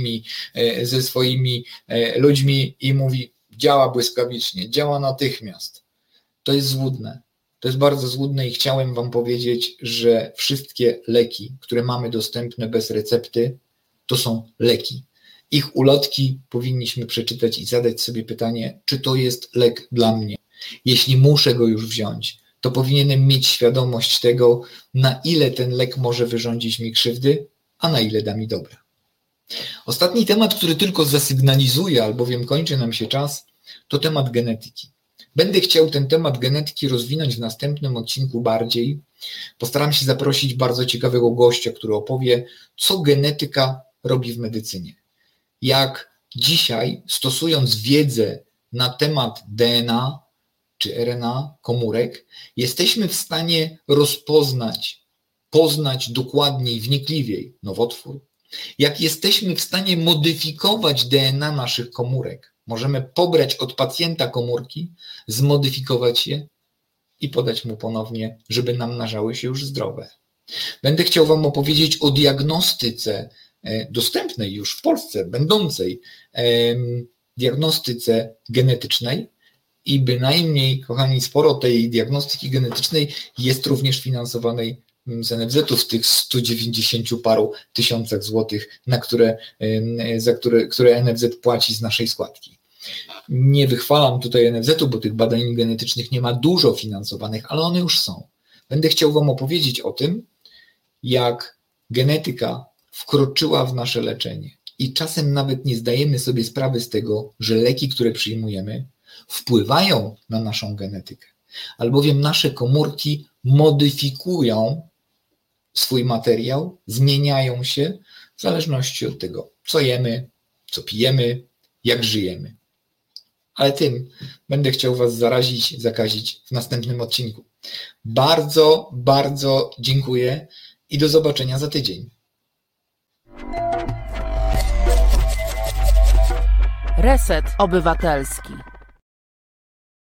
ze swoimi ludźmi i mówi, działa błyskawicznie, działa natychmiast. To jest złudne. To jest bardzo złudne i chciałem wam powiedzieć, że wszystkie leki, które mamy dostępne bez recepty, to są leki. Ich ulotki powinniśmy przeczytać i zadać sobie pytanie, czy to jest lek dla mnie. Jeśli muszę go już wziąć, to powinienem mieć świadomość tego, na ile ten lek może wyrządzić mi krzywdy, a na ile da mi dobra. Ostatni temat, który tylko zasygnalizuje, albowiem kończy nam się czas, to temat genetyki. Będę chciał ten temat genetyki rozwinąć w następnym odcinku bardziej. Postaram się zaprosić bardzo ciekawego gościa, który opowie, co genetyka robi w medycynie. Jak dzisiaj, stosując wiedzę na temat DNA czy RNA komórek, jesteśmy w stanie poznać dokładniej, wnikliwiej nowotwór. Jak jesteśmy w stanie modyfikować DNA naszych komórek. Możemy pobrać od pacjenta komórki, zmodyfikować je i podać mu ponownie, żeby namnażały się już zdrowe. Będę chciał wam opowiedzieć o diagnostyce dostępnej już w Polsce, będącej diagnostyce genetycznej i bynajmniej, kochani, sporo tej diagnostyki genetycznej jest również finansowanej z NFZ-u w tych 190 paru tysiącach złotych, które NFZ płaci z naszej składki. Nie wychwalam tutaj NFZ-u, bo tych badań genetycznych nie ma dużo finansowanych, ale one już są. Będę chciał wam opowiedzieć o tym, jak genetyka wkroczyła w nasze leczenie i czasem nawet nie zdajemy sobie sprawy z tego, że leki, które przyjmujemy, wpływają na naszą genetykę, albowiem nasze komórki modyfikują swój materiał, zmieniają się w zależności od tego, co jemy, co pijemy, jak żyjemy. Ale tym będę chciał was zakazić w następnym odcinku. Bardzo, bardzo dziękuję i do zobaczenia za tydzień. Reset Obywatelski.